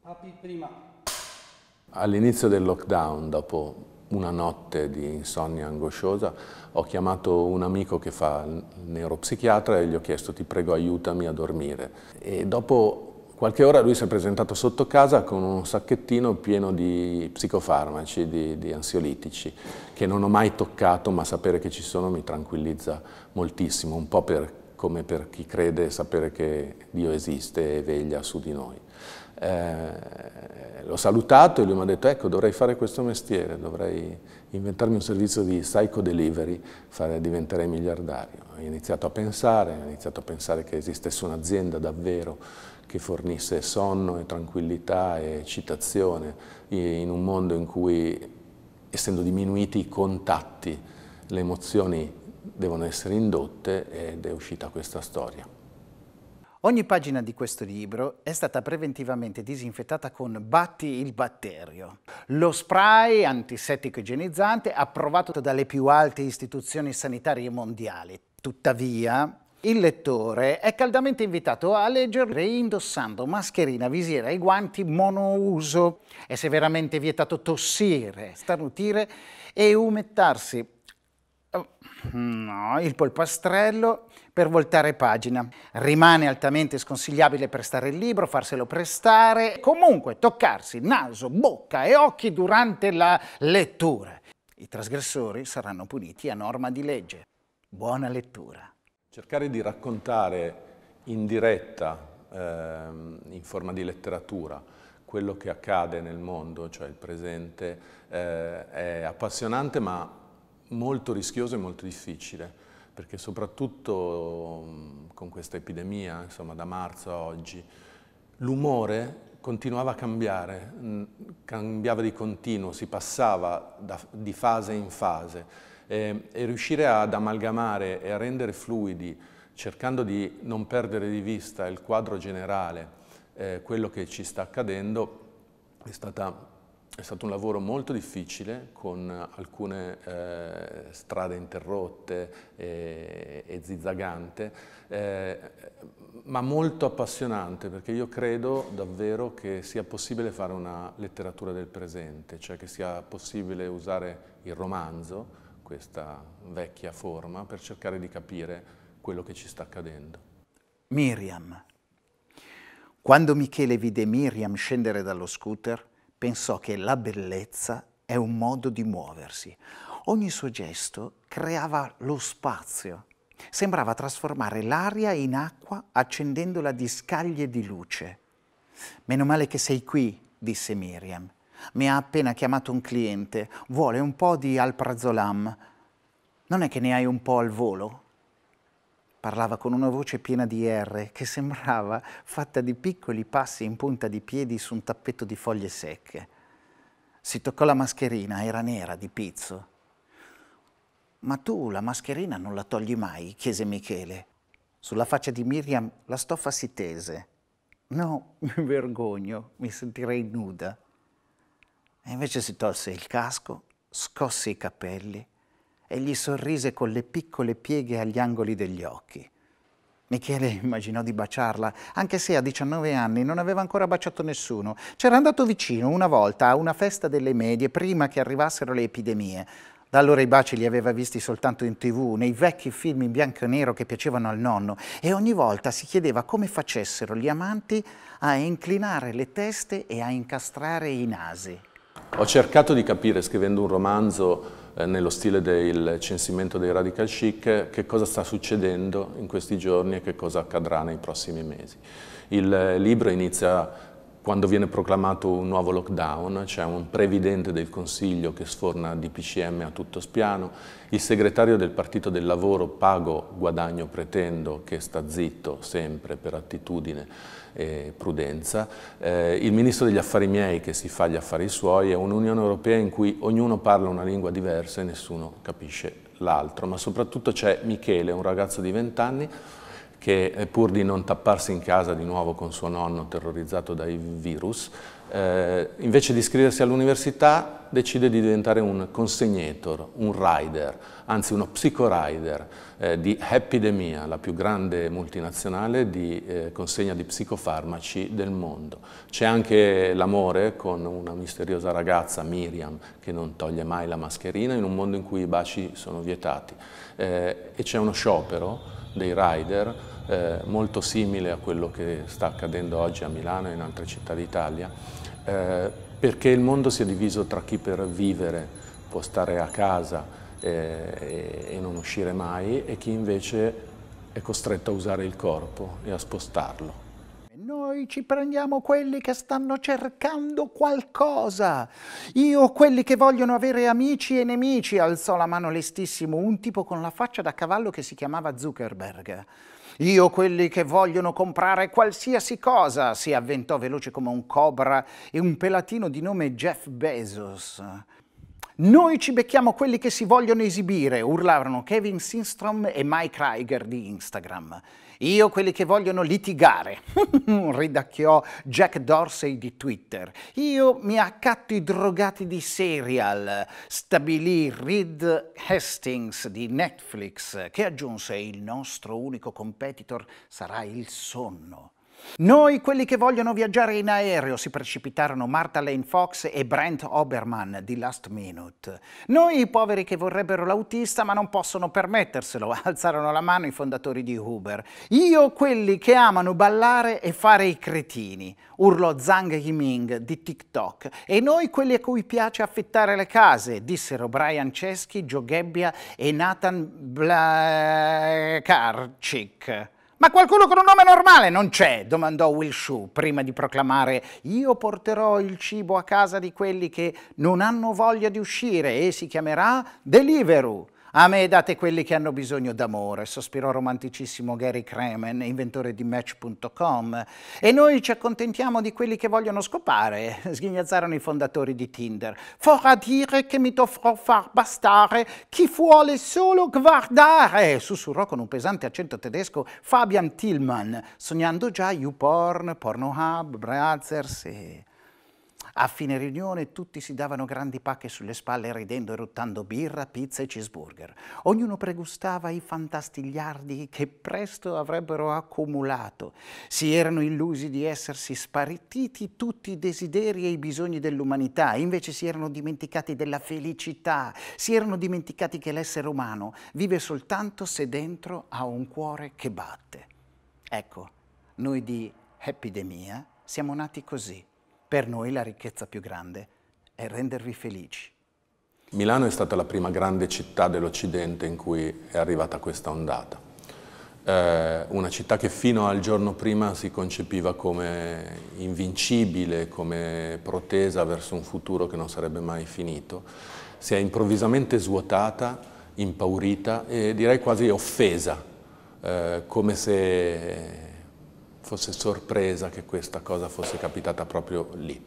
Api prima. All'inizio del lockdown, dopo una notte di insonnia angosciosa, ho chiamato un amico che fa il neuropsichiatra e gli ho chiesto: ti prego aiutami a dormire. E dopo qualche ora lui si è presentato sotto casa con un sacchettino pieno di psicofarmaci, di ansiolitici, che non ho mai toccato, ma sapere che ci sono mi tranquillizza moltissimo, un po' come per chi crede sapere che Dio esiste e veglia su di noi. L'ho salutato e lui mi ha detto: ecco, dovrei fare questo mestiere, dovrei inventarmi un servizio di psycho-delivery, diventerei miliardario. Ho iniziato a pensare che esistesse un'azienda davvero che fornisse sonno e tranquillità e eccitazione in un mondo in cui, essendo diminuiti i contatti, le emozioni devono essere indotte, ed è uscita questa storia. Ogni pagina di questo libro è stata preventivamente disinfettata con Batti il batterio, lo spray antisettico igienizzante approvato dalle più alte istituzioni sanitarie mondiali. Tuttavia, il lettore è caldamente invitato a leggere indossando mascherina, visiera e guanti monouso. È severamente vietato tossire, starnutire e umettarsi il polpastrello per voltare pagina. Rimane altamente sconsigliabile prestare il libro, farselo prestare, comunque toccarsi naso, bocca e occhi durante la lettura. I trasgressori saranno puniti a norma di legge. Buona lettura. Cercare di raccontare in diretta, in forma di letteratura, quello che accade nel mondo, cioè il presente, è appassionante ma molto rischioso e molto difficile, perché soprattutto con questa epidemia, insomma, da marzo a oggi, l'umore continuava a cambiare, cambiava di continuo, si passava di fase in fase, e riuscire ad amalgamare e a rendere fluidi, cercando di non perdere di vista il quadro generale, quello che ci sta accadendo, è stato un lavoro molto difficile, con alcune strade interrotte e zizzagante, ma molto appassionante, perché io credo davvero che sia possibile fare una letteratura del presente, cioè che sia possibile usare il romanzo, questa vecchia forma, per cercare di capire quello che ci sta accadendo. Miriam. Quando Michele vide Miriam scendere dallo scooter, pensò che la bellezza è un modo di muoversi. Ogni suo gesto creava lo spazio. Sembrava trasformare l'aria in acqua accendendola di scaglie di luce. Meno male che sei qui, disse Miriam. Mi ha appena chiamato un cliente, vuole un po' di alprazolam. Non è che ne hai un po' al volo? Parlava con una voce piena di R che sembrava fatta di piccoli passi in punta di piedi su un tappeto di foglie secche. Si toccò la mascherina, era nera, di pizzo. «Ma tu la mascherina non la togli mai?» chiese Michele. Sulla faccia di Miriam la stoffa si tese. «No, mi vergogno, mi sentirei nuda». E invece si tolse il casco, scosse i capelli e gli sorrise con le piccole pieghe agli angoli degli occhi. Michele immaginò di baciarla, anche se a 19 anni non aveva ancora baciato nessuno. C'era andato vicino una volta a una festa delle medie, prima che arrivassero le epidemie. Da allora i baci li aveva visti soltanto in TV, nei vecchi film in bianco e nero che piacevano al nonno, e ogni volta si chiedeva come facessero gli amanti a inclinare le teste e a incastrare i nasi. Ho cercato di capire, scrivendo un romanzo nello stile del censimento dei radical chic, che cosa sta succedendo in questi giorni e che cosa accadrà nei prossimi mesi. Il libro inizia quando viene proclamato un nuovo lockdown, c'è un previdente del Consiglio che sforna DPCM a tutto spiano, il segretario del Partito del Lavoro, pago, guadagno, pretendo, che sta zitto sempre per attitudine e prudenza, il ministro degli affari miei che si fa gli affari suoi, e un'Unione Europea in cui ognuno parla una lingua diversa e nessuno capisce l'altro, ma soprattutto c'è Michele, un ragazzo di 20 anni che pur di non tapparsi in casa di nuovo con suo nonno terrorizzato dai virus, invece di iscriversi all'università decide di diventare un consegnator, un rider, anzi uno psicorider di Happydemia, la più grande multinazionale di consegna di psicofarmaci del mondo. C'è anche l'amore con una misteriosa ragazza, Miriam, che non toglie mai la mascherina in un mondo in cui i baci sono vietati. E c'è uno sciopero dei rider molto simile a quello che sta accadendo oggi a Milano e in altre città d'Italia, perché il mondo si è diviso tra chi per vivere può stare a casa e non uscire mai e chi invece è costretto a usare il corpo e a spostarlo. Noi ci prendiamo quelli che stanno cercando qualcosa. Io quelli che vogliono avere amici e nemici, alzò la mano lestissimo un tipo con la faccia da cavallo che si chiamava Zuckerberg. Io quelli che vogliono comprare qualsiasi cosa, si avventò veloce come un cobra e un pelatino di nome Jeff Bezos. Noi ci becchiamo quelli che si vogliono esibire, urlarono Kevin Systrom e Mike Krieger di Instagram. Io quelli che vogliono litigare, ridacchiò Jack Dorsey di Twitter. Io mi accatto i drogati di Serial, stabilì Reed Hastings di Netflix, che aggiunse il nostro unico competitor sarà il sonno. Noi, quelli che vogliono viaggiare in aereo, si precipitarono Martha Lane Fox e Brent Oberman di Last Minute. Noi, i poveri che vorrebbero l'autista ma non possono permetterselo, alzarono la mano i fondatori di Uber. Io, quelli che amano ballare e fare i cretini, urlò Zhang Yiming di TikTok. E noi, quelli a cui piace affittare le case, dissero Brian Chesky, Joe Gebbia e Nathan Blakarczyk. Ma qualcuno con un nome normale non c'è, domandò Will Shu prima di proclamare io porterò il cibo a casa di quelli che non hanno voglia di uscire e si chiamerà Deliveroo. A me date quelli che hanno bisogno d'amore, sospirò romanticissimo Gary Kremen, inventore di Match.com. E noi ci accontentiamo di quelli che vogliono scopare, sghignazzarono i fondatori di Tinder. Vorrà dire che mi dovrò far bastare chi vuole solo guardare, sussurrò con un pesante accento tedesco Fabian Tillmann, sognando già YouPorn, Pornhub, Brazzers e... A fine riunione tutti si davano grandi pacche sulle spalle ridendo e ruttando birra, pizza e cheeseburger. Ognuno pregustava i fantastigliardi che presto avrebbero accumulato. Si erano illusi di essersi spartiti tutti i desideri e i bisogni dell'umanità, invece si erano dimenticati della felicità, si erano dimenticati che l'essere umano vive soltanto se dentro ha un cuore che batte. Ecco, noi di Happydemia siamo nati così. Per noi la ricchezza più grande è rendervi felici. Milano è stata la prima grande città dell'Occidente in cui è arrivata questa ondata. Una città che fino al giorno prima si concepiva come invincibile, come protesa verso un futuro che non sarebbe mai finito, si è improvvisamente svuotata, impaurita e direi quasi offesa, come se fosse sorpresa che questa cosa fosse capitata proprio lì.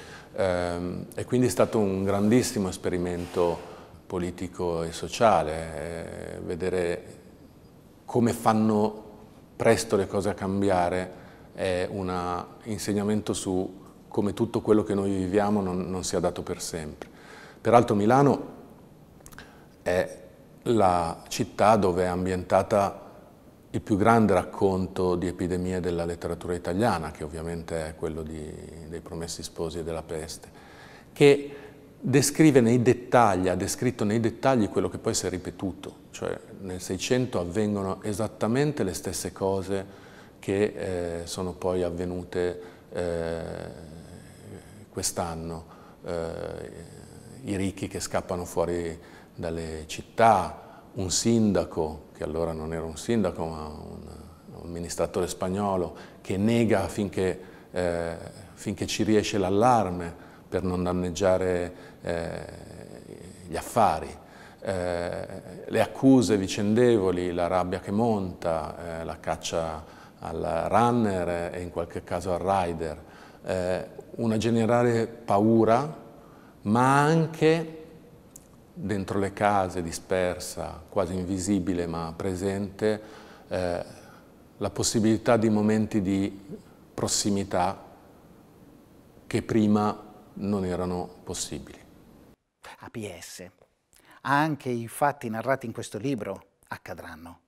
E quindi è stato un grandissimo esperimento politico e sociale, vedere come fanno presto le cose a cambiare è un insegnamento su come tutto quello che noi viviamo non sia dato per sempre. Peraltro Milano è la città dove è ambientata il più grande racconto di epidemie della letteratura italiana, che ovviamente è quello dei Promessi Sposi e della peste, che descrive nei dettagli, ha descritto nei dettagli quello che poi si è ripetuto, cioè nel Seicento avvengono esattamente le stesse cose che sono poi avvenute quest'anno, i ricchi che scappano fuori dalle città, un sindaco, che allora non era un sindaco ma un amministratore spagnolo, che nega finché ci riesce l'allarme per non danneggiare gli affari, le accuse vicendevoli, la rabbia che monta, la caccia al runner e in qualche caso al rider, una generale paura, ma anche dentro le case dispersa, quasi invisibile ma presente, la possibilità di momenti di prossimità che prima non erano possibili. APS. Anche i fatti narrati in questo libro accadranno.